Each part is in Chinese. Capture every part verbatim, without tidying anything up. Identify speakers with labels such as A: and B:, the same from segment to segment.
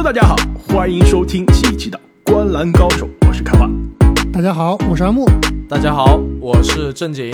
A: 大家好，欢迎收听这一期的《观篮高手》，我是开花。
B: 大家好，我是阿木。
C: 大家好，我是正经。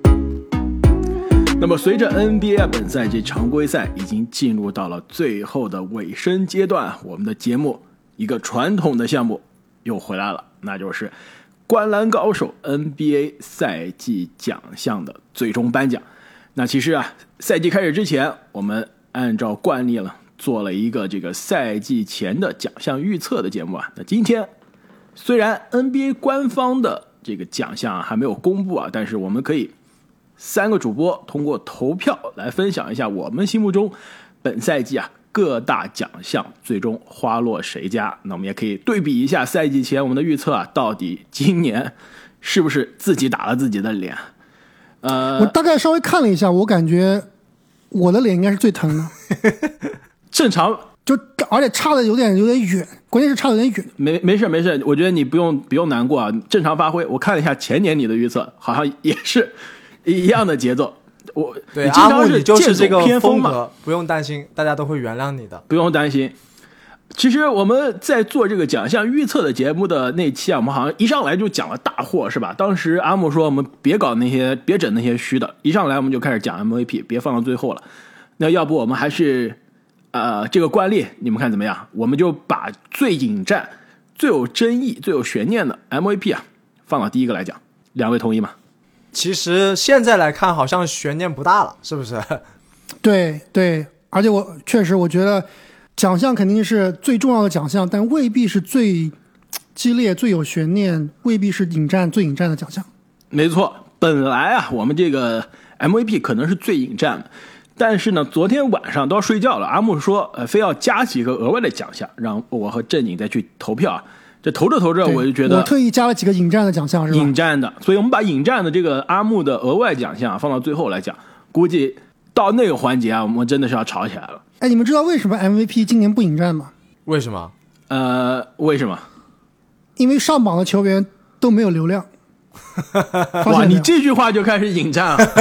A: 那么随着 N B A 本赛季常规赛已经进入到了最后的尾声阶段，我们的节目一个传统的项目又回来了，那就是灌篮高手 N B A 赛季奖项的最终颁奖。那其实啊，赛季开始之前，我们按照惯例了做了一个这个赛季前的奖项预测的节目啊。那今天虽然 N B A 官方的这个奖项、啊、还没有公布啊，但是我们可以三个主播通过投票来分享一下我们心目中本赛季啊各大奖项最终花落谁家。那我们也可以对比一下赛季前我们的预测啊，到底今年是不是自己打了自己的脸。呃，
B: 我大概稍微看了一下，我感觉我的脸应该是最疼的。
A: 正常，
B: 就而且差的有点有点远，关键是差的有点远。
A: 没没事没事，我觉得你不用不用难过啊，正常发挥。我看了一下前年你的预测，好像也是一样的节奏。我
C: 对阿木，你就是这个
A: 偏锋
C: 嘛，不用担心，大家都会原谅你的，
A: 不用担心。其实我们在做这个奖项预测的节目的那期啊，我们好像一上来就讲了大货，是吧？当时阿木说我们别搞那些，别整那些虚的，一上来我们就开始讲 M V P， 别放到最后了。那要不我们还是呃这个惯例，你们看怎么样？我们就把最引战、最有争议、最有悬念的 M V P 啊放到第一个来讲，两位同意吗？
C: 其实现在来看好像悬念不大了，是不是？
B: 对对，而且我确实我觉得奖项肯定是最重要的奖项，但未必是最激烈、最有悬念，未必是引战最引战的奖项。
A: 没错，本来啊我们这个 M V P 可能是最引战的，但是呢昨天晚上都要睡觉了，阿木说呃非要加几个额外的奖项，让我和正经再去投票啊。这投着投着我就觉得
B: 我特意加了几个引战的奖项，是吧？
A: 引战的，所以我们把引战的这个阿木的额外奖项放到最后来讲，估计到那个环节啊，我们真的是要吵起来了。
B: 哎，你们知道为什么 M V P 今年不引战吗？
C: 为什么？
A: 呃，为什么？
B: 因为上榜的球员都没有流量。
A: 哇，你这句话就开始引战了。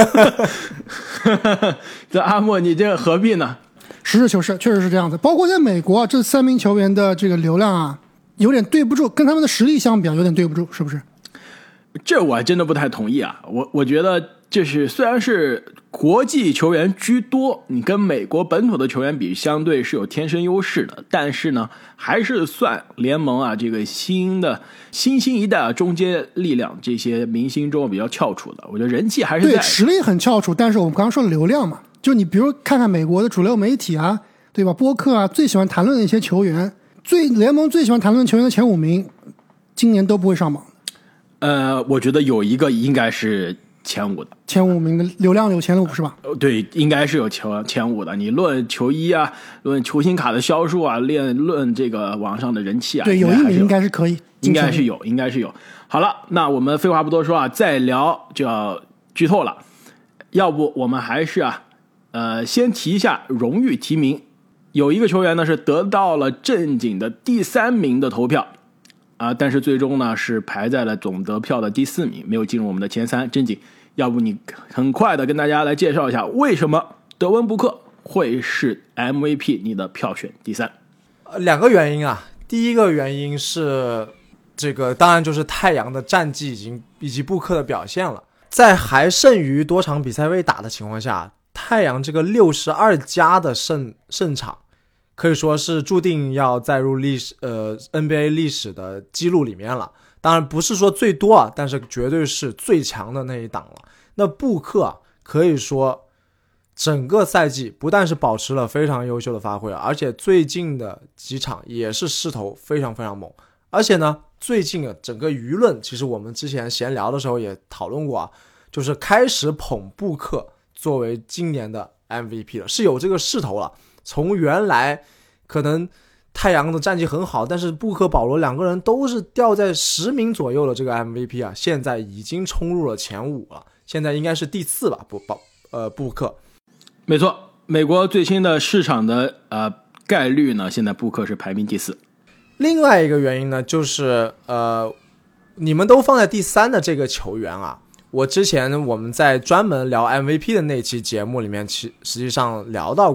A: 这阿木，你这何必呢？
B: 实事求是，确实是这样子。包括在美国、啊，这三名球员的这个流量啊，有点对不住，跟他们的实力相比啊，有点对不住，是不是？
A: 这我还真的不太同意啊。我我觉得就是虽然是国际球员居多，你跟美国本土的球员比，相对是有天生优势的，但是呢，还是算联盟啊这个新的新兴一代啊中阶力量这些明星中比较翘楚的。我觉得人气还是在，
B: 对，实力很翘楚，但是我们刚刚说的流量嘛，就你比如看看美国的主流媒体啊，对吧？播客啊，最喜欢谈论的一些球员，最联盟最喜欢谈论球员的前五名，今年都不会上榜。
A: 呃，我觉得有一个应该是前五的，
B: 前五名的流量有前五是吧？
A: 对，应该是有前前五的。你论球衣啊，论球星卡的销售啊，论论这个网上的人气啊，
B: 对，有一名应该是可以，
A: 应该是有，应该是有。好了，那我们废话不多说啊，再聊就要剧透了。要不我们还是啊，呃，先提一下荣誉提名。有一个球员呢是得到了正经的第三名的投票。啊，但是最终呢是排在了总得票的第四名，没有进入我们的前三。正经，要不你很快的跟大家来介绍一下，为什么德文布克会是 M V P 你的票选第三？
C: 呃，两个原因啊。第一个原因是这个，当然就是太阳的战绩已经以及布克的表现了，在还剩余多场比赛未打的情况下，太阳这个六十二加的胜胜场。可以说是注定要载入历史呃 N B A 历史的记录里面了。当然不是说最多啊，但是绝对是最强的那一档了。那布克啊，可以说整个赛季不但是保持了非常优秀的发挥，而且最近的几场也是势头非常非常猛。而且呢，最近的整个舆论，其实我们之前闲聊的时候也讨论过啊，就是开始捧布克作为今年的 M V P 了，是有这个势头了。从原来可能太阳的战绩很好，但是布克保罗两个人都是掉在十名左右的这个 M V P 啊，现在已经冲入了前五了，现在应该是第四吧，布保呃布克。
A: 没错，美国最新的市场的呃概率呢，现在布克是排名第四。
C: 另外一个原因呢，就是呃你们都放在第三的这个球员啊，我之前我们在专门聊 M V P 的那期节目里面，其实际上聊到过，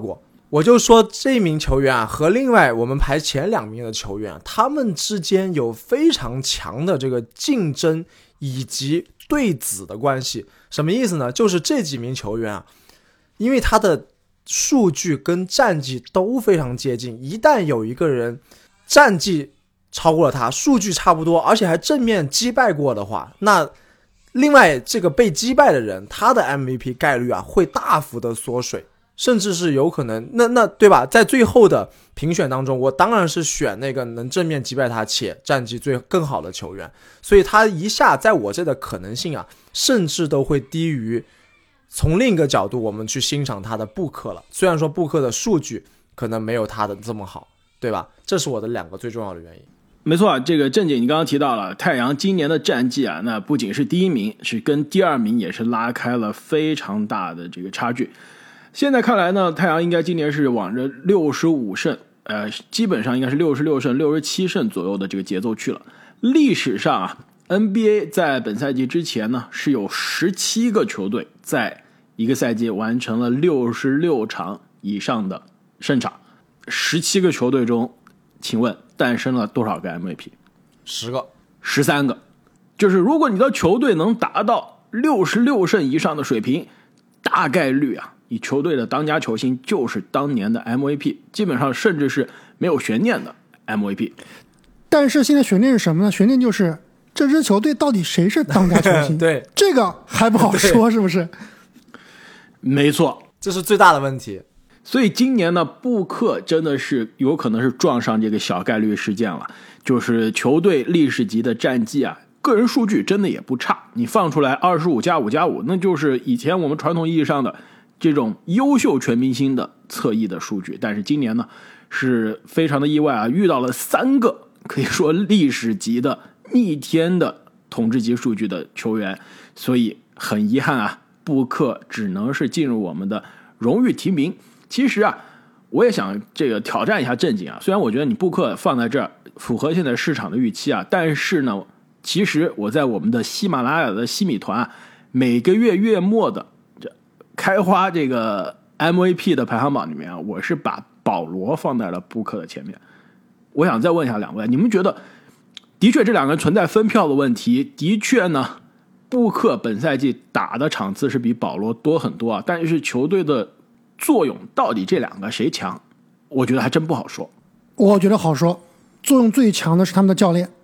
C: 我就说这名球员啊，和另外我们排前两名的球员，他们之间有非常强的这个竞争以及对子的关系。什么意思呢？就是这几名球员啊，因为他的数据跟战绩都非常接近，一旦有一个人战绩超过了他，数据差不多，而且还正面击败过的话，那另外这个被击败的人，他的 M V P 概率啊会大幅的缩水。甚至是有可能，那那对吧？在最后的评选当中，我当然是选那个能正面击败他且战绩最更好的球员，所以他一下在我这的可能性啊，甚至都会低于从另一个角度我们去欣赏他的布克了。虽然说布克的数据可能没有他的这么好，对吧？这是我的两个最重要的原因。
A: 没错啊，这个正经你刚刚提到了太阳今年的战绩啊，那不仅是第一名，是跟第二名也是拉开了非常大的这个差距。现在看来呢，太阳应该今年是往着六十五胜，呃，基本上应该是六十六胜、六十七胜左右的这个节奏去了。历史上啊 ，N B A 在本赛季之前呢，是有十七个球队在一个赛季完成了六十六场以上的胜场。十七个球队中，请问诞生了多少个 M V P？
C: 十个，
A: 十三个。就是如果你的球队能达到六十六胜以上的水平，大概率啊。你球队的当家球星就是当年的 M V P， 基本上甚至是没有悬念的 M V P。
B: 但是现在悬念是什么呢？悬念就是这支球队到底谁是当家球星
C: 对，
B: 这个还不好说，是不是？
A: 没错，
C: 这是最大的问题。
A: 所以今年呢，布克真的是有可能是撞上这个小概率事件了，就是球队历史级的战绩啊，个人数据真的也不差，你放出来二十五加五加五，那就是以前我们传统意义上的这种优秀全明星的侧翼的数据。但是今年呢，是非常的意外啊，遇到了三个可以说历史级的逆天的统治级数据的球员，所以很遗憾啊，布克只能是进入我们的荣誉提名。其实啊，我也想这个挑战一下正经啊，虽然我觉得你布克放在这儿符合现在市场的预期啊，但是呢，其实我在我们的喜马拉雅的西米团啊，每个月月末的开花这个 M V P 的排行榜里面啊，我是把保罗放在了布克的前面。我想再问一下两位，你们觉得的确这两个人存在分票的问题，的确呢，布克本赛季打的场次是比保罗多很多啊，但是球队的作用到底这两个谁强，我觉得还真不好说。
B: 我觉得好说，作用最强的是他们的教练。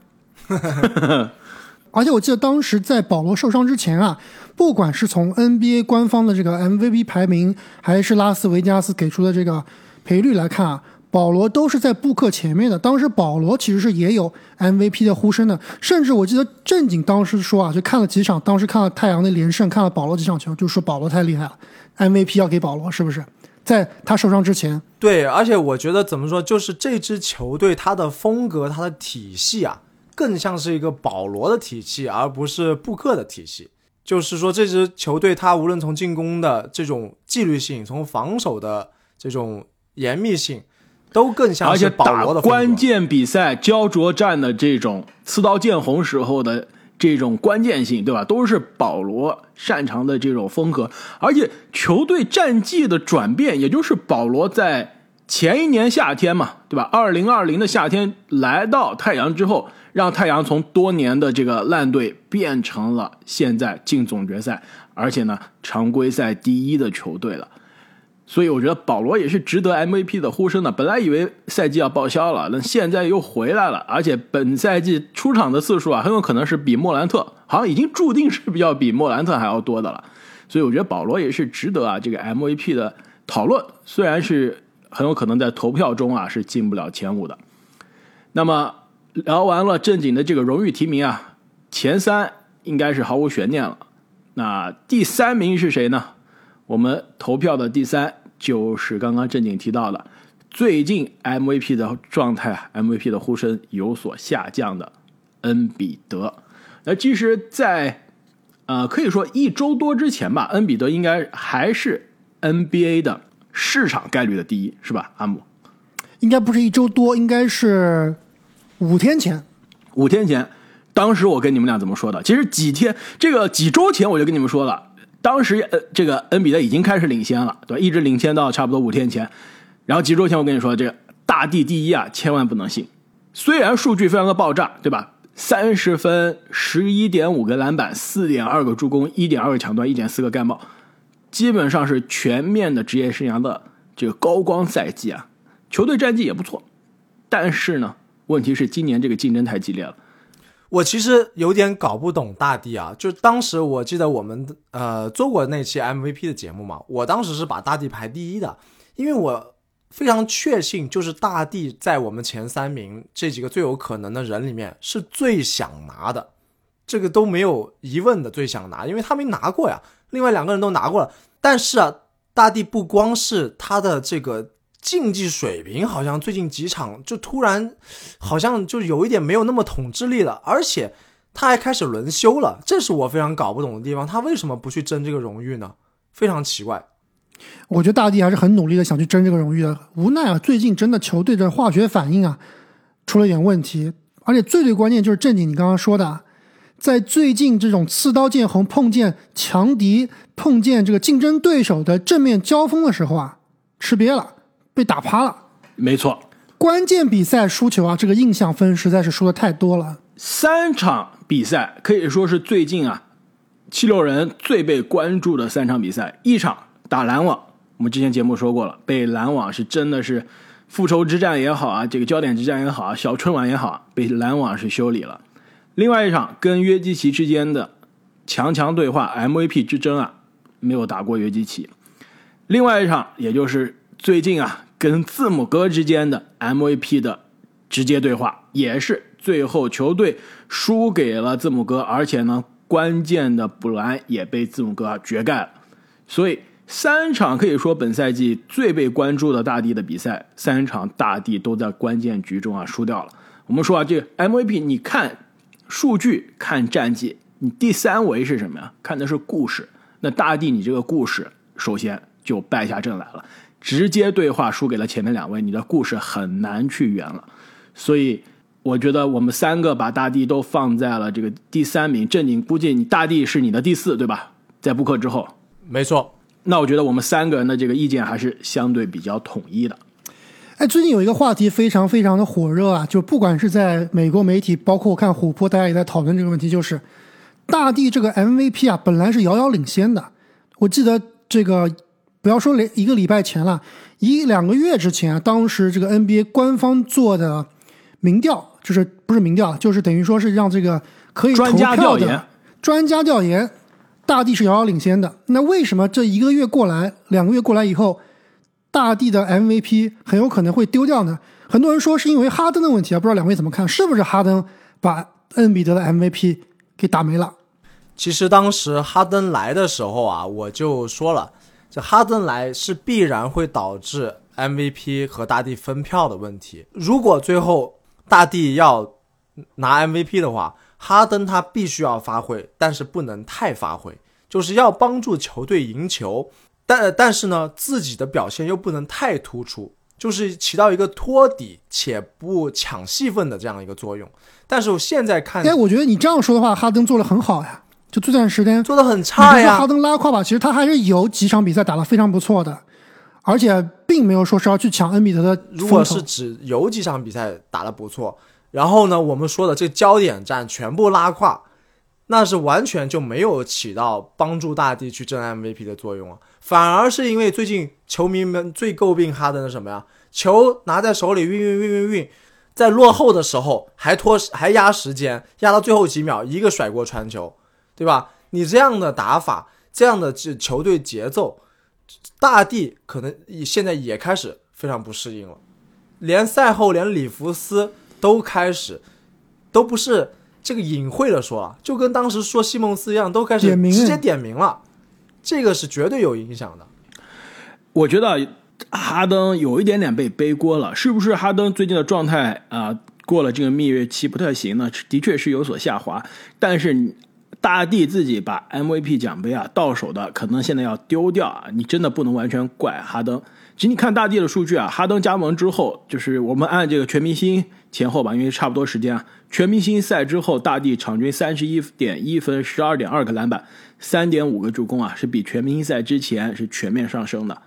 B: 而且我记得当时在保罗受伤之前啊，不管是从 N B A 官方的这个 M V P 排名，还是拉斯维加斯给出的这个赔率来看啊，保罗都是在布克前面的。当时保罗其实是也有 M V P 的呼声的，甚至我记得正经当时说啊，就看了几场，当时看了太阳的连胜，看了保罗几场球，就说保罗太厉害了， M V P 要给保罗，是不是？在他受伤之前。
C: 对，而且我觉得怎么说，就是这支球队它的风格、它的体系啊，更像是一个保罗的体系，而不是布克的体系。就是说这支球队它无论从进攻的这种纪律性，从防守的这种严密性，都更像是保罗的风格。而且打
A: 关键比赛焦灼战的这种刺刀见红时候的这种关键性，对吧？都是保罗擅长的这种风格。而且球队战绩的转变，也就是保罗在前一年夏天嘛，对吧？二零二零的夏天来到太阳之后，让太阳从多年的这个烂队变成了现在进总决赛，而且呢常规赛第一的球队了。所以我觉得保罗也是值得 M V P 的呼声的。本来以为赛季要报销了，那现在又回来了，而且本赛季出场的次数啊，很有可能是比莫兰特，好像已经注定是比较比莫兰特还要多的了。所以我觉得保罗也是值得啊这个 M V P 的讨论，虽然是很有可能在投票中啊是进不了前五的。那么聊完了正经的这个荣誉提名啊，前三应该是毫无悬念了。那第三名是谁呢？我们投票的第三就是刚刚正经提到的，最近 M V P 的状态 M V P 的呼声有所下降的恩比德。那其实在呃可以说一周多之前吧，恩比德应该还是 N B A 的市场概率的第一，是吧？阿姆
B: 应该不是一周多，应该是五天前。
A: 五天前，当时我跟你们俩怎么说的？其实几天，这个几周前我就跟你们说了，当时呃这个恩比德已经开始领先了，对吧？一直领先到差不多五天前。 然后几周前我跟你说，这个大帝第一啊，千万不能信。虽然数据非常的爆炸，对吧？三十分 十一点五 个篮板 四点二 个助攻 一点二 个抢断 一点四 个盖帽，基本上是全面的职业生涯的这个高光赛季啊，球队战绩也不错。但是呢，问题是今年这个竞争太激烈了。
C: 我其实有点搞不懂大帝啊，就当时我记得我们呃做过那期 M V P 的节目嘛，我当时是把大帝排第一的，因为我非常确信，就是大帝在我们前三名这几个最有可能的人里面是最想拿的，这个都没有疑问的最想拿，因为他没拿过呀，另外两个人都拿过了。但是啊，大帝不光是他的这个竞技水平，好像最近几场就突然好像就有一点没有那么统治力了，而且他还开始轮休了，这是我非常搞不懂的地方，他为什么不去争这个荣誉呢？非常奇怪。
B: 我觉得大帝还是很努力的想去争这个荣誉的，无奈啊，最近真的球队的化学反应啊出了点问题，而且最最关键就是正经你刚刚说的，在最近这种刺刀见红碰见强敌碰见这个竞争对手的正面交锋的时候啊，吃瘪了，被打趴了。
A: 没错，
B: 关键比赛输球啊，这个印象分实在是输的太多了。
A: 三场比赛可以说是最近啊七六人最被关注的三场比赛，一场打篮网，我们之前节目说过了，被篮网是真的是复仇之战也好啊，这个焦点之战也好啊，小春晚也好，被篮网是修理了。另外一场跟约基奇之间的强强对话 M V P 之争啊，没有打过约基奇。另外一场也就是最近啊跟字母哥之间的 M V P 的直接对话，也是最后球队输给了字母哥，而且呢关键的补篮也被字母哥啊绝盖了。所以三场可以说本赛季最被关注的大帝的比赛，三场大帝都在关键局中啊输掉了。我们说啊，这个 M V P 你看数据看战绩，你第三维是什么呀？看的是故事。那大帝你这个故事首先就败下阵来了，直接对话输给了前面两位，你的故事很难去圆了。所以我觉得我们三个把大帝都放在了这个第三名，正经估计你大帝是你的第四，对吧？在布克之后。
C: 没错。
A: 那我觉得我们三个人的这个意见还是相对比较统一的。
B: 哎，最近有一个话题非常非常的火热啊，就不管是在美国媒体，包括我看虎扑，大家也在讨论这个问题，就是大帝这个 M V P 啊，本来是遥遥领先的。我记得这个不要说一个礼拜前了，一两个月之前啊，当时这个 N B A 官方做的民调，就是不是民调，就是等于说是让这个可以投票的
A: 专家调研，
B: 专家调研，大帝是遥遥领先的。那为什么这一个月过来，两个月过来以后，大帝的 M V P 很有可能会丢掉呢？很多人说是因为哈登的问题啊，不知道两位怎么看？是不是哈登把恩比德的 M V P 给打没了？
C: 其实当时哈登来的时候啊，我就说了，这哈登来是必然会导致 M V P 和大帝分票的问题。如果最后大帝要拿 M V P 的话，哈登他必须要发挥，但是不能太发挥，就是要帮助球队赢球，但但是呢，自己的表现又不能太突出，就是起到一个托底且不抢戏份的这样一个作用。但是我现在看，
B: 哎，我觉得你这样说的话，哈登做得很好呀。就这段时间
C: 做得很差呀。
B: 哈登拉胯吧，其实他还是有几场比赛打得非常不错的，而且并没有说是要去抢恩比德的风头。
C: 如果是指有几场比赛打得不错，然后呢，我们说的这个焦点战全部拉胯，那是完全就没有起到帮助大帝去争 M V P 的作用啊，反而是因为最近球迷们最诟病哈登的什么呀？球拿在手里运运运运运，在落后的时候还拖还压时间，压到最后几秒一个甩锅传球，对吧？你这样的打法，这样的球队节奏，大帝可能现在也开始非常不适应了。连赛后连里弗斯都开始都不是这个隐晦的说了，就跟当时说西蒙斯一样，都开始直接点名了，这个是绝对有影响的。
A: 我觉得哈登有一点点被背锅了，是不是哈登最近的状态啊、呃，过了这个蜜月期不太行呢？的确是有所下滑，但是大帝自己把 M V P 奖杯啊到手的，可能现在要丢掉啊，你真的不能完全怪哈登。其实你看大帝的数据啊，哈登加盟之后，就是我们按这个全明星前后吧，因为差不多时间啊，全明星赛之后，大帝场均 三十一点一 分 十二点二 个篮板 三点五 个助攻啊，是比全明星赛之前是全面上升的。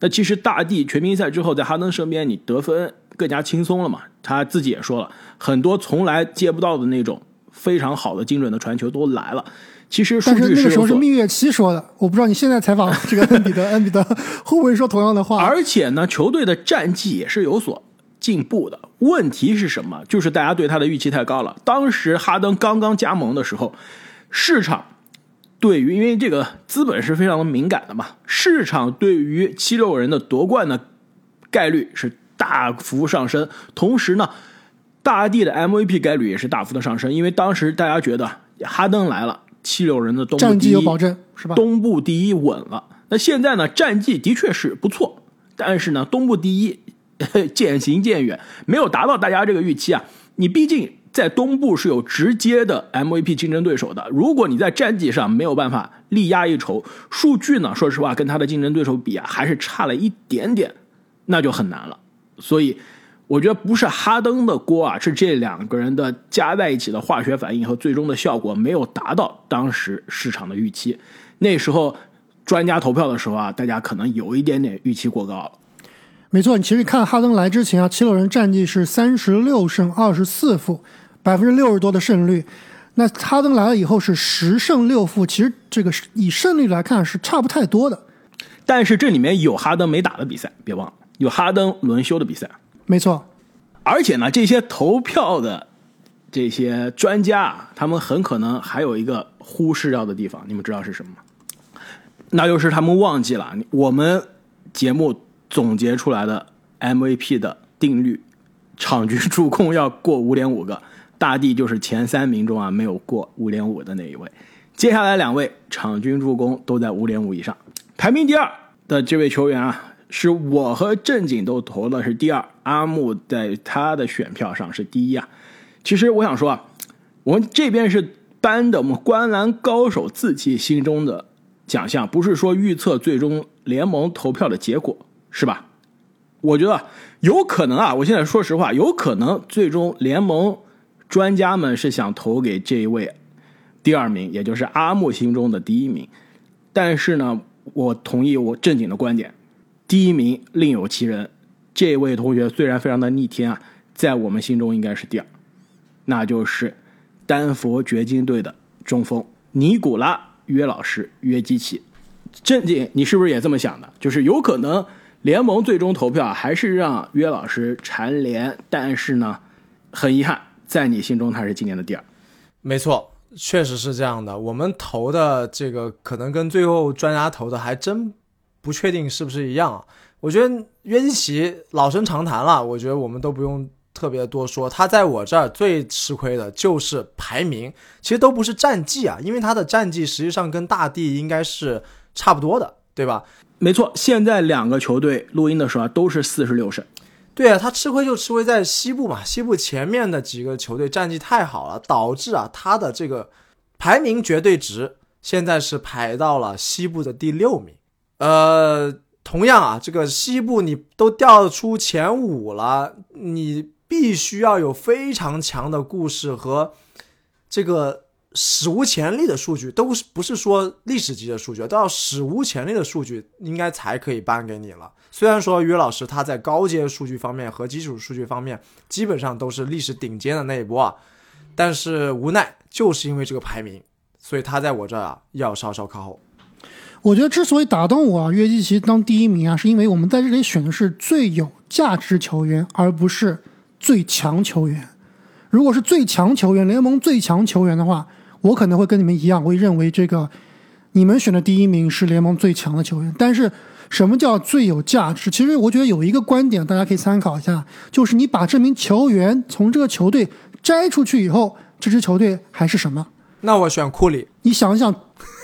A: 那其实大帝全明星赛之后，在哈登身边，你得分更加轻松了嘛？他自己也说了，很多从来接不到的那种非常好的精准的传球都来了。其实数据
B: 但是那个时候
A: 有所
B: 是蜜月期说的，我不知道你现在采访这个恩比德，恩比德会不会说同样的话？
A: 而且呢，球队的战绩也是有所进步的。问题是什么？就是大家对他的预期太高了。当时哈登刚刚加盟的时候，市场对于因为这个资本是非常的敏感的嘛，市场对于七六人的夺冠的概率是大幅上升，同时呢，大帝的 M V P 概率也是大幅的上升，因为当时大家觉得哈登来了，七六人的东部第一
B: 战绩有保证是吧？
A: 东部第一稳了。那现在呢，战绩的确是不错，但是呢，东部第一渐行渐远，没有达到大家这个预期啊。你毕竟在东部是有直接的 M V P 竞争对手的，如果你在战绩上没有办法力压一筹，数据呢，说实话跟他的竞争对手比啊，还是差了一点点，那就很难了。所以我觉得不是哈登的锅啊，是这两个人的加在一起的化学反应和最终的效果没有达到当时市场的预期。那时候专家投票的时候啊，大家可能有一点点预期过高了。
B: 没错，你其实看哈登来之前啊，七六人战绩是三十六胜二十四负，百分之六十多的胜率。那哈登来了以后是十胜六负，其实这个以胜率来看是差不太多的。
A: 但是这里面有哈登没打的比赛，别忘了有哈登轮休的比赛。
B: 没错，
A: 而且呢，这些投票的这些专家啊，他们很可能还有一个忽视掉的地方，你们知道是什么吗？那就是他们忘记了我们节目总结出来的 M V P 的定律，场均助攻要过 五点五 个，大帝就是前三名中啊没有过 五点五 的那一位，接下来两位场均助攻都在 五点五 以上。排名第二的这位球员啊，是我和正经都投的是第二，阿木在他的选票上是第一啊。其实我想说啊，我们这边是颁的我们观篮高手自己心中的奖项，不是说预测最终联盟投票的结果，是吧？我觉得有可能啊，我现在说实话，有可能最终联盟专家们是想投给这一位第二名，也就是阿木心中的第一名。但是呢，我同意我正经的观点，第一名另有其人，这位同学虽然非常的逆天啊，在我们心中应该是第二，那就是丹佛掘金队的中锋尼古拉约老师约基奇。正经你是不是也这么想的？就是有可能联盟最终投票还是让约老师蝉联，但是呢，很遗憾，在你心中他是今年的第二。
C: 没错，确实是这样的。我们投的这个可能跟最后专家投的还真不确定是不是一样。我觉得约基奇老生常谈了，我觉得我们都不用特别多说。他在我这儿最吃亏的就是排名，其实都不是战绩啊，因为他的战绩实际上跟大帝应该是差不多的，对吧？
A: 没错，现在两个球队录音的时候、啊、都是四十六胜。
C: 对啊，他吃亏就吃亏在西部嘛，西部前面的几个球队战绩太好了，导致啊他的这个排名绝对值现在是排到了西部的第六名。呃，同样啊，这个西部你都掉出前五了，你必须要有非常强的故事和这个史无前例的数据，都不是说历史级的数据，都要史无前例的数据应该才可以颁给你了。虽然说约老师他在高阶数据方面和基础数据方面基本上都是历史顶尖的那一波啊，但是无奈就是因为这个排名，所以他在我这儿啊要稍稍靠后。
B: 我觉得之所以打动我啊，约基奇当第一名啊，是因为我们在这里选的是最有价值球员，而不是最强球员。如果是最强球员，联盟最强球员的话，我可能会跟你们一样，会认为这个你们选的第一名是联盟最强的球员。但是什么叫最有价值？其实我觉得有一个观点大家可以参考一下，就是你把这名球员从这个球队摘出去以后，这支球队还是什么？
C: 那我选库里。
B: 你想一想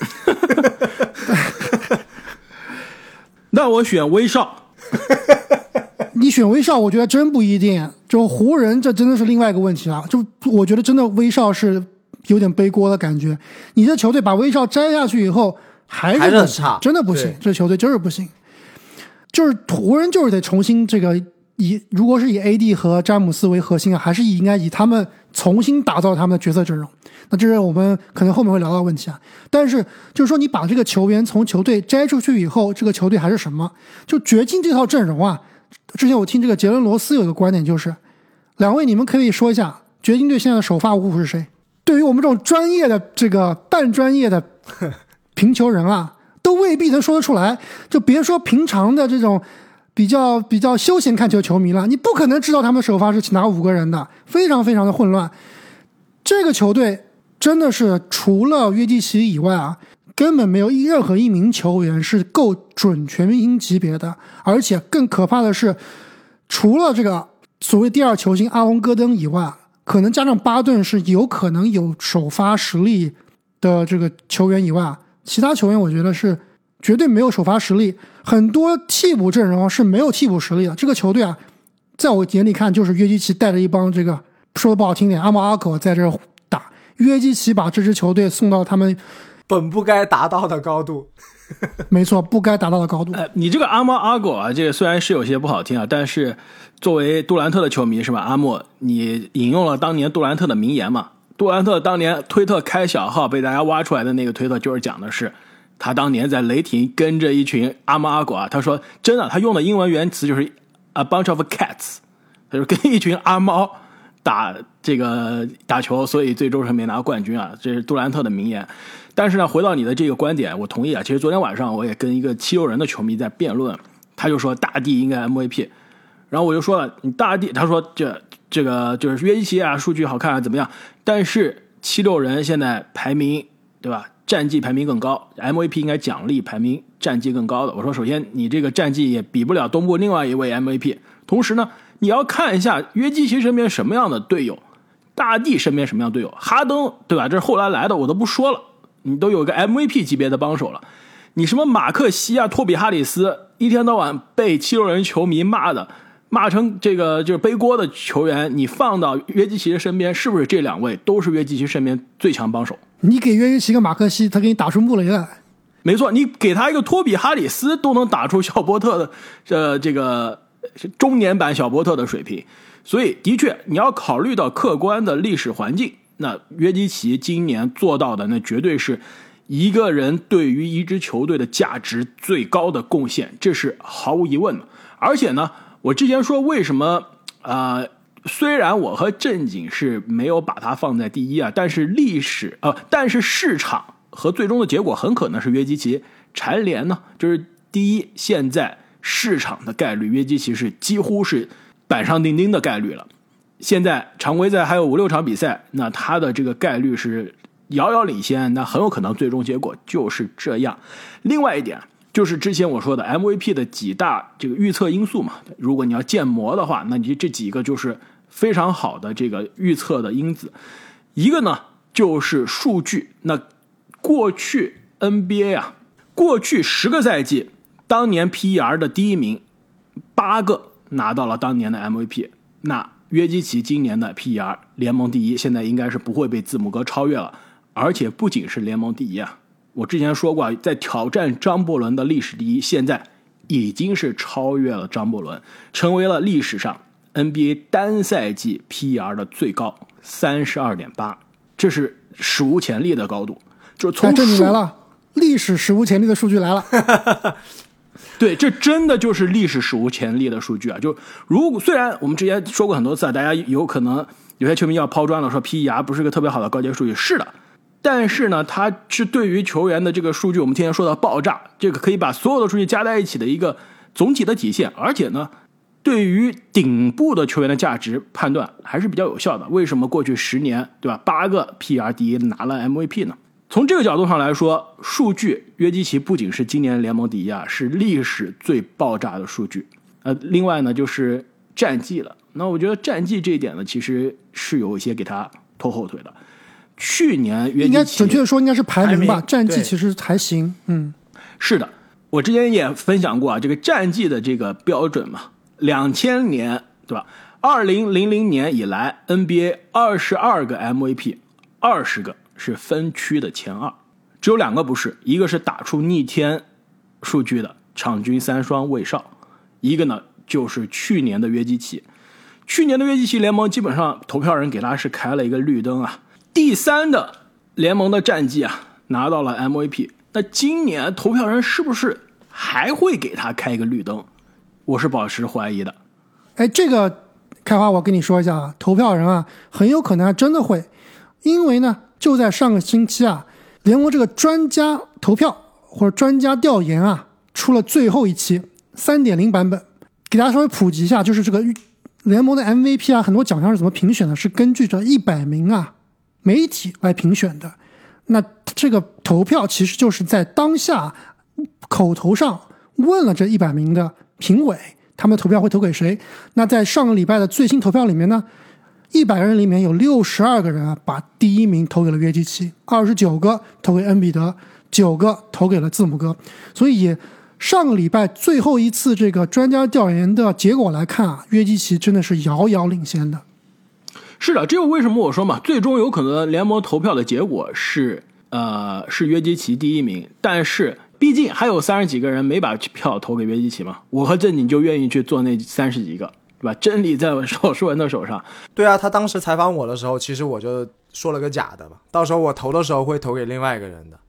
A: 那我选威少。
B: 你选威少我觉得真不一定，就湖人这真的是另外一个问题了。就我觉得真的威少是有点背锅的感觉，你这球队把威少摘下去以后还是
C: 很差，
B: 真的不行，这球队就是不行。就是湖人就是得重新这个以如果是以 A D 和詹姆斯为核心啊，还是应该以他们重新打造他们的角色阵容。那这是我们可能后面会聊到的问题啊。但是就是说，你把这个球员从球队摘出去以后，这个球队还是什么？就掘金这套阵容啊，之前我听这个杰伦罗斯有一个观点，就是两位你们可以说一下掘金队现在的首发五虎是谁？对于我们这种专业的这个半专业的评球人啊，都未必能说得出来，就别说平常的这种比较比较休闲看球球迷了，你不可能知道他们首发是哪五个人的，非常非常的混乱。这个球队真的是除了约基奇以外啊，根本没有任何一名球员是够准全明星级别的。而且更可怕的是，除了这个所谓第二球星阿隆戈登以外，可能加上巴顿是有可能有首发实力的这个球员以外，其他球员我觉得是绝对没有首发实力，很多替补阵容是没有替补实力的。这个球队啊，在我眼里看就是约基奇带着一帮这个说的不好听点阿猫阿狗在这打，约基奇把这支球队送到他们
C: 本不该达到的高度。
B: 没错，不该达到的高度。
A: 呃，你这个阿猫阿狗啊，这个虽然是有些不好听啊，但是作为杜兰特的球迷是吧？阿莫，你引用了当年杜兰特的名言嘛？杜兰特当年推特开小号被大家挖出来的那个推特，就是讲的是他当年在雷霆跟着一群阿猫阿狗啊。他说真的，他用的英文原词就是 a bunch of cats， 他就跟一群阿猫打这个打球，所以最终是没拿冠军啊，这是杜兰特的名言。但是呢，回到你的这个观点，我同意啊。其实昨天晚上我也跟一个七六人的球迷在辩论，他就说大帝应该 M V P， 然后我就说了，你大帝，他说这这个就是约基奇啊，数据好看啊怎么样？但是七六人现在排名对吧？战绩排名更高 ，M V P 应该奖励排名战绩更高的。我说首先你这个战绩也比不了东部另外一位 M V P， 同时呢，你要看一下约基奇身边什么样的队友，大帝身边什么样的队友，哈登对吧？这是后来来的，我都不说了。你都有个 M V P 级别的帮手了，你什么马克西啊、托比哈里斯，一天到晚被七六人球迷骂的，骂成这个就是背锅的球员，你放到约基奇的身边，是不是这两位都是约基奇身边最强帮手？
B: 你给约基奇个马克西，他给你打出穆雷来。
A: 没错，你给他一个托比哈里斯，都能打出小波特的呃这个中年版小波特的水平。所以的确，你要考虑到客观的历史环境。那约基奇今年做到的，那绝对是一个人对于一支球队的价值最高的贡献，这是毫无疑问的。而且呢，我之前说为什么呃，虽然我和正经是没有把它放在第一啊，但是历史呃，但是市场和最终的结果很可能是约基奇蝉联呢。就是第一，现在市场的概率，约基奇是几乎是板上钉钉的概率了。现在常规赛还有五六场比赛，那他的这个概率是遥遥领先，那很有可能最终结果就是这样。另外一点就是之前我说的 M V P 的几大这个预测因素嘛，如果你要建模的话，那你这几个就是非常好的这个预测的因子。一个呢就是数据，那过去 N B A 啊，过去十个赛季，当年 P E R 的第一名八个拿到了当年的 M V P， 那约基奇今年的 P E R 联盟第一，现在应该是不会被字母哥超越了。而且不仅是联盟第一啊，我之前说过，在挑战张伯伦的历史第一，现在已经是超越了张伯伦，成为了历史上 N B A 单赛季 P E R 的最高 三十二点八， 这是史无前例的高度。就从
B: 这你来了，历史史无前例的数据来了。
A: 对，这真的就是历史史无前例的数据啊！就如果虽然我们之前说过很多次啊，大家有可能有些球迷要抛砖了，说 P E R 不是个特别好的高阶数据，是的，但是呢，它是对于球员的这个数据，我们天天说到爆炸，这个可以把所有的数据加在一起的一个总体的体现，而且呢，对于顶部的球员的价值判断还是比较有效的。为什么过去十年，对吧？八个 P E R 第一拿了 M V P 呢？从这个角度上来说，数据约基奇不仅是今年联盟第一啊，是历史最爆炸的数据。呃，另外呢就是战绩了。那我觉得战绩这一点呢，其实是有一些给他拖后腿的。去年约基奇
B: 应该准确的说应该是排名吧，
C: 名
B: 战绩其实还行。嗯，
A: 是的，我之前也分享过啊，这个战绩的这个标准嘛，两千年对吧？二零零零年以来 ，N B A 二十二个 M V P， 二十个是分区的前二，只有两个不是，一个是打出逆天数据的场均三双卫少，一个呢就是去年的约基奇。 去年的约基奇联盟基本上投票人给他是开了一个绿灯啊，第三的联盟的战绩啊拿到了 M V P。 那今年投票人是不是还会给他开一个绿灯？我是保持怀疑的。
B: 哎，这个开花我跟你说一下啊，投票人啊很有可能还真的会，因为呢就在上个星期啊，联盟这个专家投票或者专家调研啊出了最后一期 三点零 版本。给大家稍微普及一下，就是这个联盟的 M V P 啊，很多奖项是怎么评选的，是根据这一百名啊媒体来评选的。那这个投票其实就是在当下口头上问了这一百名的评委，他们的投票会投给谁。那在上个礼拜的最新投票里面呢，一百个人里面有六十二个人啊把第一名投给了约基奇，二十九个投给恩比德，九个投给了字母哥。所以上个礼拜最后一次这个专家调研的结果来看啊，约基奇真的是遥遥领先的。
A: 是的，这就为什么我说嘛，最终有可能联盟投票的结果是呃是约基奇第一名，但是毕竟还有三十几个人没把票投给约基奇嘛，我和正经就愿意去做那三十几个，对吧？真理在少数人的手上。
C: 对啊，他当时采访我的时候，其实我就说了个假的吧，到时候我投的时候会投给另外一个人的。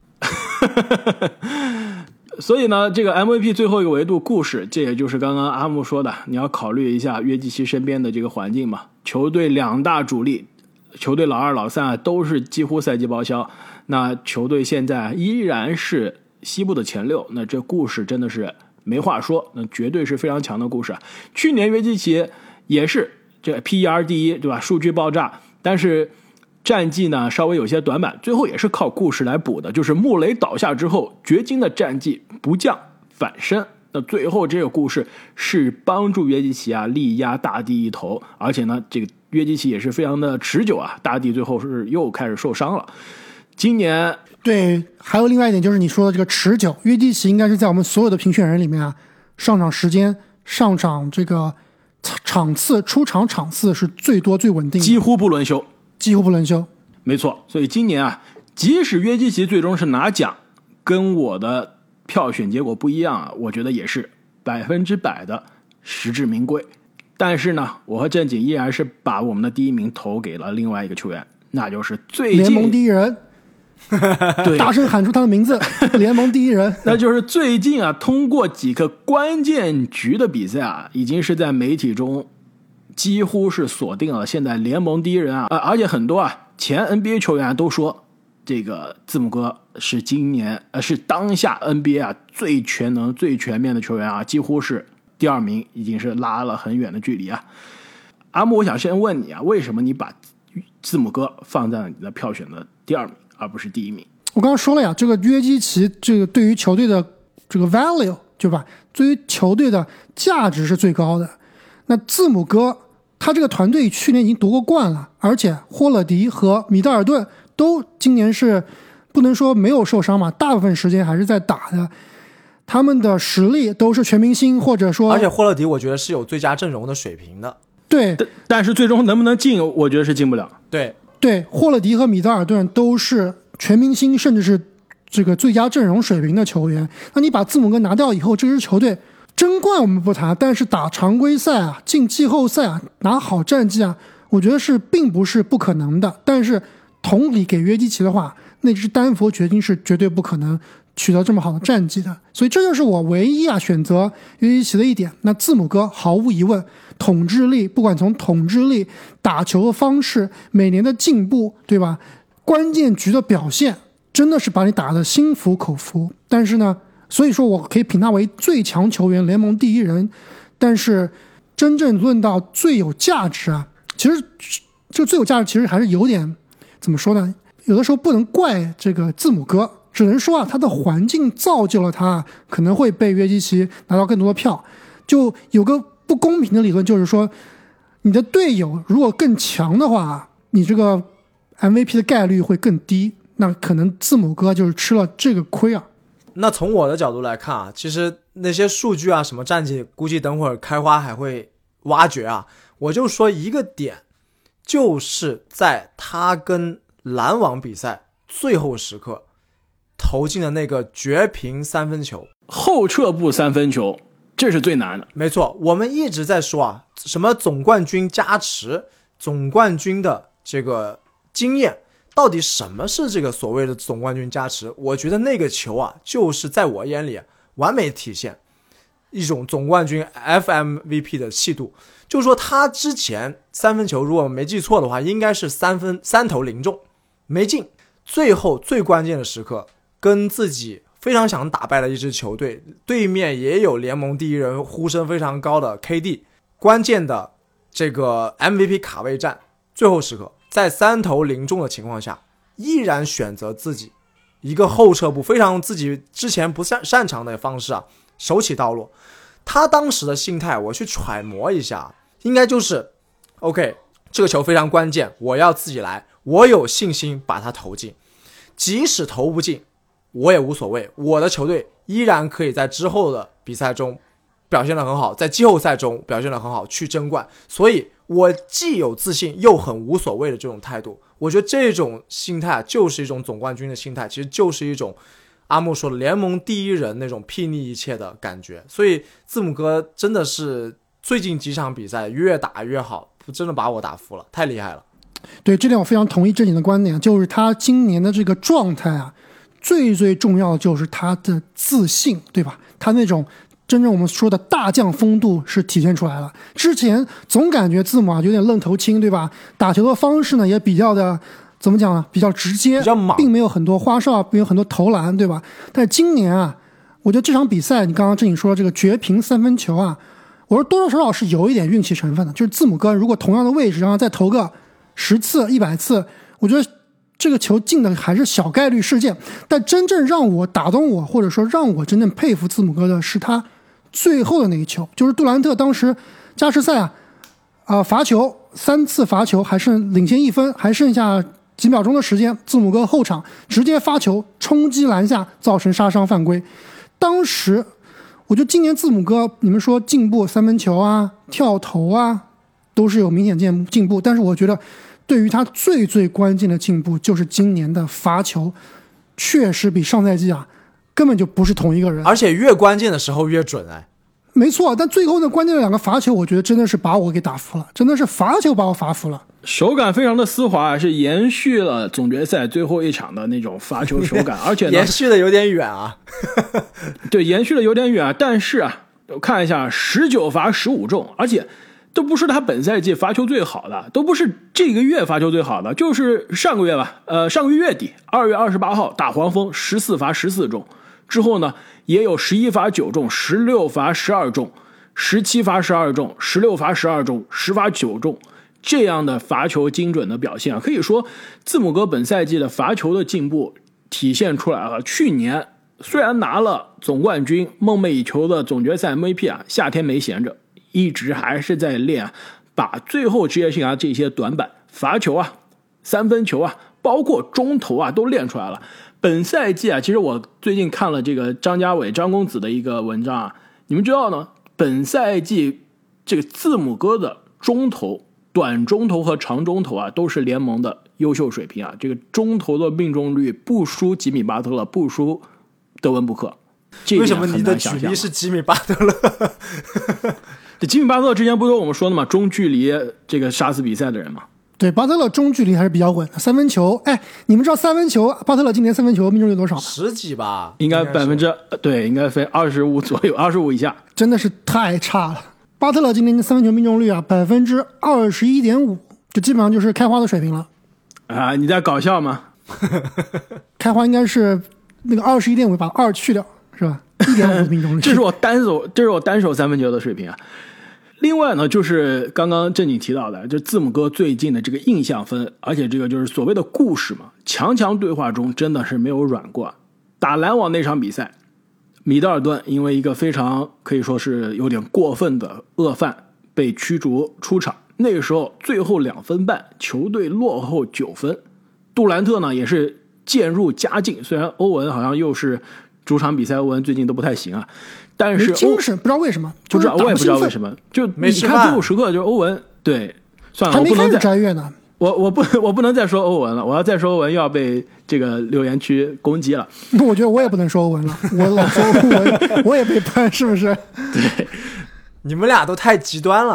A: 所以呢，这个 M V P 最后一个维度故事，这也就是刚刚阿木说的，你要考虑一下约基奇身边的这个环境嘛。球队两大主力，球队老二老三啊都是几乎赛季报销，那球队现在依然是西部的前六，那这故事真的是没话说，那绝对是非常强的故事。去年约基奇也是这 P E R 第一，对吧？数据爆炸，但是战绩呢稍微有些短板，最后也是靠故事来补的，就是穆雷倒下之后，掘金的战绩不降反升。那最后这个故事是帮助约基奇啊力压大帝一头，而且呢这个约基奇也是非常的持久啊，大帝最后是又开始受伤了。今年
B: 对，还有另外一点就是你说的这个持久，约基奇应该是在我们所有的评选人里面啊，上场时间、上场这个场次、出场场次是最多最稳定的，
A: 几乎不轮休。
B: 几乎不轮休，
A: 没错。所以今年啊，即使约基奇最终是拿奖，跟我的票选结果不一样啊，我觉得也是百分之百的实至名归。但是呢，我和正经依然是把我们的第一名投给了另外一个球员，那就是最近
B: 联盟第一人。
A: 对，
B: 大声喊出他的名字，联盟第一人。
A: 那就是最近啊，通过几个关键局的比赛啊，已经是在媒体中几乎是锁定了现在联盟第一人啊，而且很多啊前 N B A 球员都说，这个字母哥是今年呃是当下 N B A 啊最全能、最全面的球员啊，几乎是第二名，已经是拉了很远的距离啊。阿木，我想先问你啊，为什么你把字母哥放在了你的票选的第二名，而不是第一名？
B: 我刚刚说了呀，这个约基奇这个对于球队的这个 value 对吧？对于球队的价值是最高的。那字母哥他这个团队去年已经夺过冠了，而且霍勒迪和米德尔顿都今年是不能说没有受伤嘛，大部分时间还是在打的。他们的实力都是全明星，或者说，
C: 而且霍勒迪我觉得是有最佳阵容的水平的。
B: 对，
A: 但但是最终能不能进，我觉得是进不了。
C: 对
B: 对，霍勒迪和米德尔顿都是全明星，甚至是这个最佳阵容水平的球员。那你把字母哥拿掉以后，这支球队争冠我们不谈，但是打常规赛啊、进季后赛啊、拿好战绩啊，我觉得是并不是不可能的。但是同理给约基奇的话，那支丹佛掘金是绝对不可能取得这么好的战绩的。所以这就是我唯一啊选择约基奇的一点。那字母哥毫无疑问统治力，不管从统治力、打球的方式、每年的进步，对吧？关键局的表现真的是把你打得心服口服。但是呢，所以说我可以评他为最强球员、联盟第一人。但是真正论到最有价值啊，其实这个最有价值其实还是有点怎么说呢？有的时候不能怪这个字母哥，只能说啊，他的环境造就了他可能会被约基奇拿到更多的票。就有个不公平的理论，就是说你的队友如果更强的话，你这个 M V P 的概率会更低。那可能字母哥就是吃了这个亏啊。
C: 那从我的角度来看啊，其实那些数据啊，什么战绩，估计等会儿开花还会挖掘啊。我就说一个点，就是在他跟篮网比赛最后时刻投进的那个绝平三分球，
A: 后撤步三分球，这是最难的。
C: 没错，我们一直在说啊， 什么总冠军加持，总冠军的这个经验，到底什么是这个所谓的总冠军加持？我觉得那个球啊，就是在我眼里完美体现一种总冠军 F M V P 的气度。就是说他之前三分球如果没记错的话，应该是三分三投零中没进，最后最关键的时刻跟自己非常想打败的一支球队，对面也有联盟第一人呼声非常高的 K D， 关键的这个 M V P 卡位战，最后时刻在三投零中的情况下，依然选择自己一个后撤步，非常自己之前不擅擅长的方式啊，手起刀落。他当时的心态我去揣摩一下，应该就是 OK， 这个球非常关键，我要自己来，我有信心把它投进，即使投不进我也无所谓，我的球队依然可以在之后的比赛中表现得很好，在季后赛中表现得很好，去争冠。所以我既有自信又很无所谓的这种态度，我觉得这种心态就是一种总冠军的心态，其实就是一种阿木说的联盟第一人那种睥睨一切的感觉。所以字母哥真的是最近几场比赛越打越好，真的把我打服了，太厉害了。
B: 对，这点我非常同意正经的观点，就是他今年的这个状态啊，最最重要的就是他的自信，对吧？他那种真正我们说的大将风度是体现出来了。之前总感觉字母啊有点愣头青，对吧？打球的方式呢也比较的怎么讲呢？比较直接，
C: 比较莽，
B: 并没有很多花哨，并没有很多投篮，对吧？但是今年啊，我觉得这场比赛，你刚刚正经说的这个绝平三分球啊，我说多多少少是有一点运气成分的。就是字母哥如果同样的位置，让他再投个十次、一百次，我觉得这个球进的还是小概率事件。但真正让我打动我，或者说让我真正佩服字母哥的是他最后的那一球，就是杜兰特当时加时赛啊，啊、呃、罚球三次罚球，还剩领先一分，还剩下几秒钟的时间，字母哥后场直接发球冲击篮下，造成杀伤犯规。当时我觉得今年字母哥，你们说进步，三分球啊、跳投啊，都是有明显进进步，但是我觉得对于他最最关键的进步，就是今年的罚球，确实比上赛季啊根本就不是同一个人，
C: 而且越关键的时候越准哎。
B: 没错，但最后呢，关键的两个罚球，我觉得真的是把我给打服了，真的是罚球把我罚服了。
A: 手感非常的丝滑，是延续了总决赛最后一场的那种罚球手感，而且呢，
C: 延续的有点远啊。
A: 对，延续的有点远，但是啊，我看一下，十九罚十五中，而且都不是他本赛季罚球最好的，都不是这个月罚球最好的，就是上个月吧，呃，上个月月底二月二十八号打黄蜂，十四罚十四中，之后呢，也有十一罚九中，十六罚十二中，十七罚十二中，十六罚十二中，十罚九中。这样的罚球精准的表现，可以说字母哥本赛季的罚球的进步体现出来了。去年虽然拿了总冠军，梦寐以求的总决赛 M V P 啊，夏天没闲着，一直还是在练啊，把最后职业生涯这些短板，罚球啊、三分球啊，包括中投啊，都练出来了。本赛季啊，其实我最近看了这个张家伟、张公子的一个文章啊，你们知道呢，本赛季这个字母哥的中投、短中投和长中投啊，都是联盟的优秀水平啊。这个中投的命中率不输吉米巴特勒，不输德文布克。
C: 为什么你的举例是吉米巴特勒？
A: 这吉米巴特勒之前不是我们说的嘛，中距离这个杀死比赛的人嘛。
B: 对，巴特勒中距离还是比较稳的，三分球，哎，你们知道三分球，巴特勒今年三分球命中率多少吗？
C: 十几吧，
A: 应该百分之对，应该分二十五左右，二十五以下，
B: 真的是太差了。巴特勒今年的三分球命中率啊，百分之二十一点五，就基本上就是开花的水平了。
A: 啊，你在搞笑吗？
B: 开花应该是那个二十一点五，把二去掉，是吧？一点五命中率，
A: 这是我单手，这是我单手三分球的水平啊。另外呢，就是刚刚正经提到的，就字母哥最近的这个印象分，而且这个就是所谓的故事嘛，强强对话中真的是没有软过。打篮网那场比赛，米德尔顿因为一个非常可以说是有点过分的恶犯被驱逐出场，那个时候最后两分半，球队落后九分，杜兰特呢也是渐入佳境，虽然欧文好像又是主场比赛，欧文最近都不太行啊。但是
B: 精神不知道为什么，
A: 不知道我也不知道为什么，就你看最后时刻就是欧文，对，算了，
B: 还没开始
A: 摘
B: 月呢，
A: 我我不我不能再说欧文了，我要再说欧文又要被这个留言区攻击了。
B: 我觉得我也不能说欧文了，我老说欧文，我也被喷，是不是？
A: 对，
C: 你们俩都太极端了。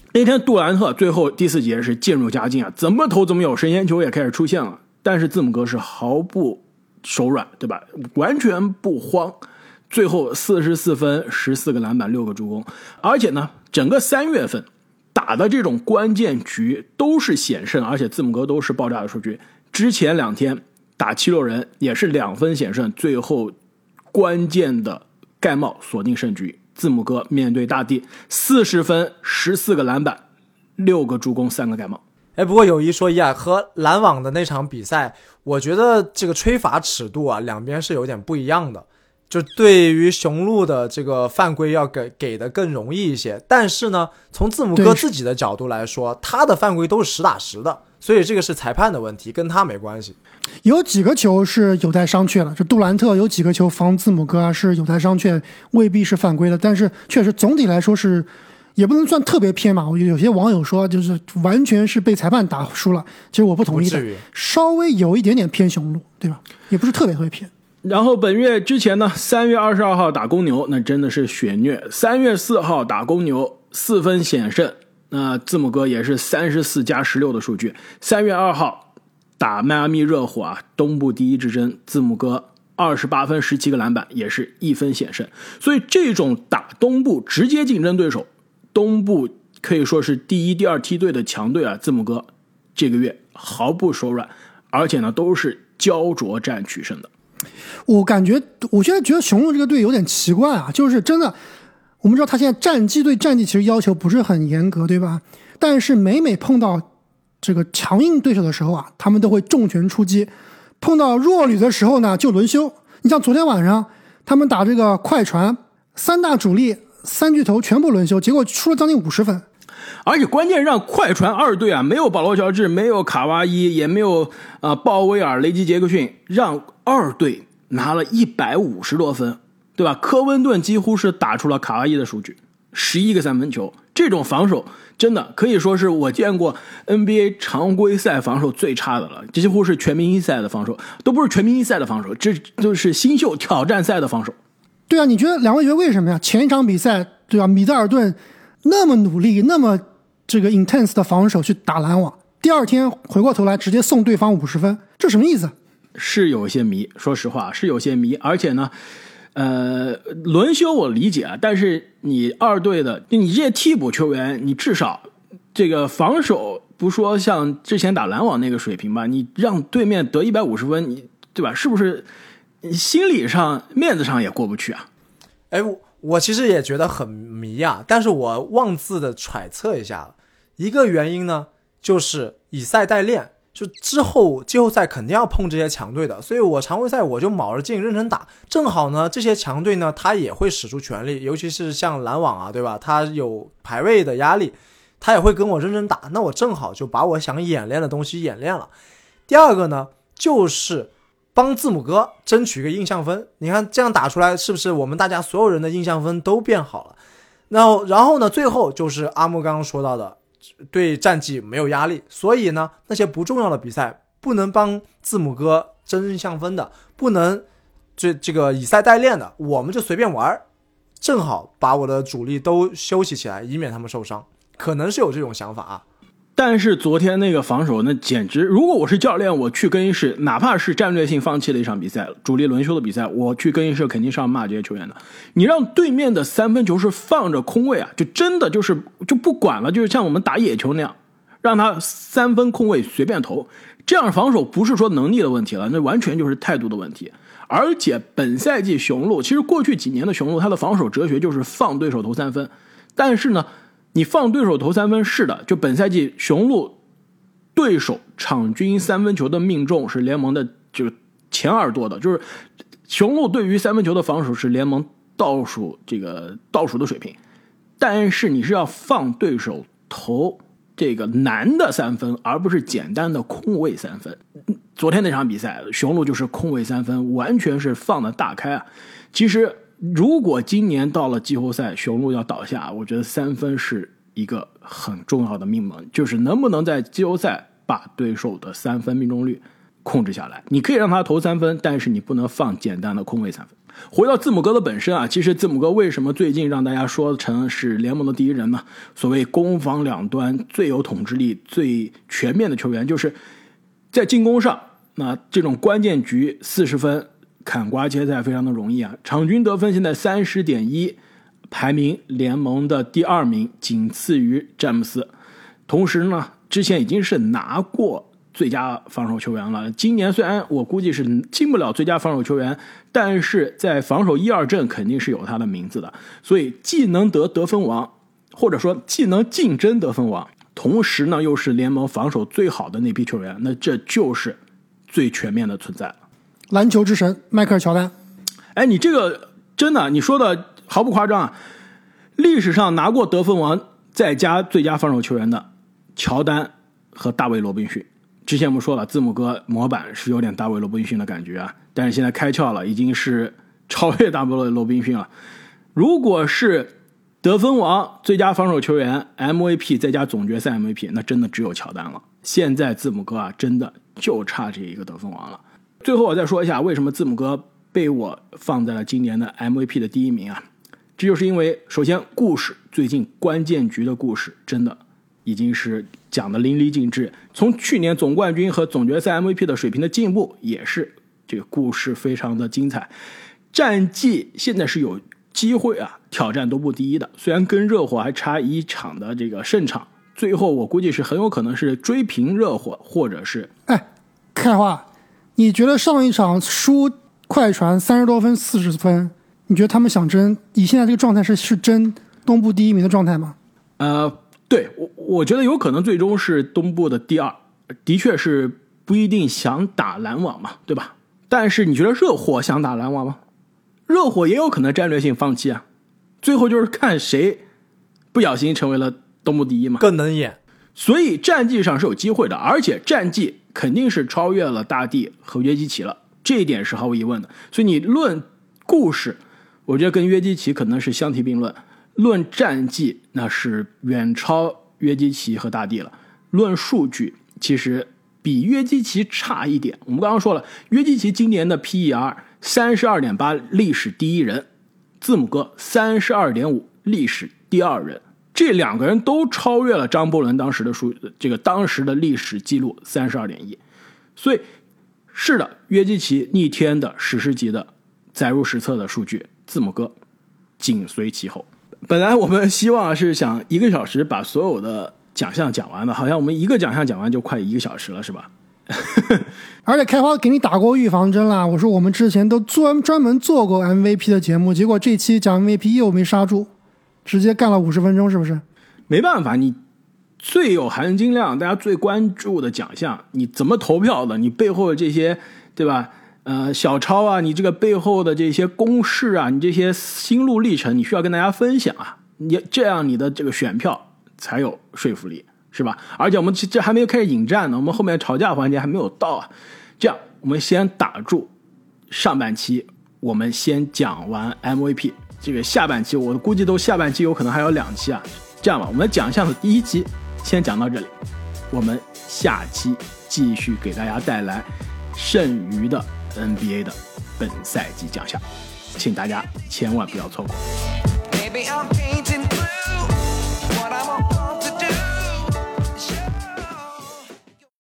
A: 那天杜兰特最后第四节是渐入佳境啊，怎么投怎么有，神仙球也开始出现了，但是字母哥是毫不手软，对吧？完全不慌，最后四十四分十四个篮板六个助攻，而且呢整个三月份打的这种关键局都是险胜，而且字母哥都是爆炸的数据。之前两天打七六人也是两分险胜，最后关键的盖帽锁定胜局。字母哥面对大帝四十分十四个篮板六个助攻三个盖帽。
C: 哎，不过有一说一啊，和篮网的那场比赛，我觉得这个吹罚尺度啊，两边是有点不一样的。就对于雄鹿的这个犯规要给给的更容易一些，但是呢，从字母哥自己的角度来说，他的犯规都是实打实的，所以这个是裁判的问题，跟他没关系。
B: 有几个球是有待商榷的，就杜兰特有几个球防字母哥是有待商榷，未必是犯规的，但是确实总体来说是也不能算特别偏嘛。我有些网友说就是完全是被裁判打输了，其实我不同意的，稍微有一点点偏雄鹿，对吧？也不是特别特别偏。
A: 然后本月之前呢，三月二十二号打公牛，那真的是血虐。三月四号打公牛，四分险胜，那字母哥也是三十四加十六的数据。三月二号打迈阿密热火啊，东部第一之争，字母哥二十八分十七个篮板，也是一分险胜。所以这种打东部直接竞争对手，东部可以说是第一、第二梯队的强队啊，字母哥这个月毫不手软，而且呢都是焦灼战取胜的。
B: 我感觉我现在觉得雄鹿这个队有点奇怪啊，就是真的，我们知道他现在战绩对战绩其实要求不是很严格，对吧？但是每每碰到这个强硬对手的时候啊，他们都会重拳出击，碰到弱旅的时候呢就轮休。你像昨天晚上他们打这个快船，三大主力三巨头全部轮休，结果输了将近五十分。
A: 而且关键让快船二队啊，没有保罗乔治，没有卡哇伊，也没有啊、呃、鲍威尔、雷吉杰克逊，让二队拿了一百五十多分，对吧？科温顿几乎是打出了卡哇伊的数据，十一个三分球，这种防守真的可以说是我见过 N B A 常规赛防守最差的了，几乎是全明星赛的防守，都不是全明星赛的防守，这就是新秀挑战赛的防守。
B: 对啊，你觉得两位觉得为什么呀？前一场比赛，对吧？米德尔顿那么努力，那么这个 intense 的防守去打篮网，第二天回过头来直接送对方五十分，这什么意思？
A: 是有些迷，说实话是有些迷，而且呢，呃，轮休我理解啊，但是你二队的你这些替补球员，你至少这个防守不说像之前打篮网那个水平吧，你让对面得一百五十分，你对吧？是不是心理上面子上也过不去啊？
C: 哎，我我其实也觉得很迷啊，但是我妄自的揣测一下，一个原因呢，就是以赛代练。就之后季后赛肯定要碰这些强队的，所以我常规赛我就卯着劲认真打，正好呢这些强队呢他也会使出全力，尤其是像篮网啊，对吧？他有排位的压力，他也会跟我认真打，那我正好就把我想演练的东西演练了。第二个呢，就是帮字母哥争取一个印象分，你看这样打出来是不是我们大家所有人的印象分都变好了？然后然后呢最后就是阿木刚刚说到的，对战绩没有压力，所以呢那些不重要的比赛不能帮字母哥争印象分的，不能这这个以赛代练的，我们就随便玩，正好把我的主力都休息起来，以免他们受伤，可能是有这种想法啊。
A: 但是昨天那个防守那简直，如果我是教练，我去更衣室，哪怕是战略性放弃了一场比赛，主力轮休的比赛，我去更衣室肯定是要骂这些球员的。你让对面的三分球是放着空位啊，就真的就是就不管了，就是像我们打野球那样，让他三分空位随便投，这样防守不是说能力的问题了，那完全就是态度的问题。而且本赛季雄鹿，其实过去几年的雄鹿，他的防守哲学就是放对手投三分，但是呢你放对手投三分是的，就本赛季雄鹿对手场均三分球的命中是联盟的这个前二多的，就是雄鹿对于三分球的防守是联盟倒数这个倒数的水平。但是你是要放对手投这个难的三分，而不是简单的空位三分。昨天那场比赛雄鹿就是空位三分完全是放的大开啊。其实如果今年到了季后赛雄鹿要倒下，我觉得三分是一个很重要的命门，就是能不能在季后赛把对手的三分命中率控制下来。你可以让他投三分，但是你不能放简单的空位三分。回到字母哥的本身啊，其实字母哥为什么最近让大家说成是联盟的第一人呢？所谓攻防两端最有统治力、最全面的球员，就是在进攻上，那这种关键局四十分砍瓜切菜非常的容易啊。场均得分现在 三十点一， 排名联盟的第二名，仅次于詹姆斯。同时呢，之前已经是拿过最佳防守球员了。今年虽然我估计是进不了最佳防守球员，但是在防守一二阵肯定是有他的名字的。所以既能得得分王，或者说既能竞争得分王，同时呢又是联盟防守最好的那批球员，那这就是最全面的存在了。
B: 篮球之神迈克尔乔丹，
A: 哎，你这个真的，你说的毫不夸张啊！历史上拿过得分王再加最佳防守球员的乔丹和大卫罗宾逊。之前我们说了，字母哥模板是有点大卫罗宾逊的感觉啊，但是现在开窍了，已经是超越大卫罗宾逊了。如果是得分王、最佳防守球员、M V P 再加总决赛 M V P， 那真的只有乔丹了。现在字母哥啊，真的就差这一个得分王了。最后我再说一下，为什么字母哥被我放在了今年的 M V P 的第一名啊？这就是因为，首先故事，最近关键局的故事真的已经是讲的淋漓尽致。从去年总冠军和总决赛 M V P 的水平的进步，也是这个故事非常的精彩。战绩现在是有机会啊挑战东部第一的，虽然跟热火还差一场的这个胜场，最后我估计是很有可能是追平热火，或者是
B: 哎，开话，你觉得上一场输快船三十多分四十分，你觉得他们想争以现在这个状态是是争东部第一名的状态吗？
A: 呃，对，我我觉得有可能最终是东部的第二，的确是不一定想打篮网嘛，对吧？但是你觉得热火想打篮网吗？热火也有可能战略性放弃啊，最后就是看谁不小心成为了东部第一嘛，
C: 更能演。
A: 所以战绩上是有机会的，而且战绩肯定是超越了大帝和约基奇了，这一点是毫无疑问的。所以你论故事，我觉得跟约基奇可能是相提并论，论战绩那是远超约基奇和大帝了，论数据其实比约基奇差一点。我们刚刚说了，约基奇今年的 P E R 三十二点八 历史第一人，字母哥 三十二点五 历史第二人，这两个人都超越了张伯伦当时的数这个当时的历史记录 三十二点一。 所以是的，约基奇逆天的史诗级的载入史册的数据，字母哥紧随其后。本来我们希望是想一个小时把所有的奖项讲完的，好像我们一个奖项讲完就快一个小时了，是吧？
B: 而且开花给你打过预防针啦，我说我们之前都专专门做过 M V P 的节目，结果这期讲 M V P 又没刹住，直接干了五十分钟，是不是？
A: 没办法，你最有含金量、大家最关注的奖项，你怎么投票的？你背后的这些，对吧？呃，小超啊，你这个背后的这些公式啊，你这些心路历程，你需要跟大家分享啊，你这样你的这个选票才有说服力，是吧？而且我们这还没有开始引战呢，我们后面吵架环节还没有到啊。这样，我们先打住上半期，我们先讲完 M V P， 这个下半期我估计都下半期有可能还有两期啊。这样吧，我们奖项的第一期先讲到这里，我们下期继续给大家带来剩余的 N B A 的本赛季奖项，请大家千万不要错过。Baby, I'm painting blue. What I'm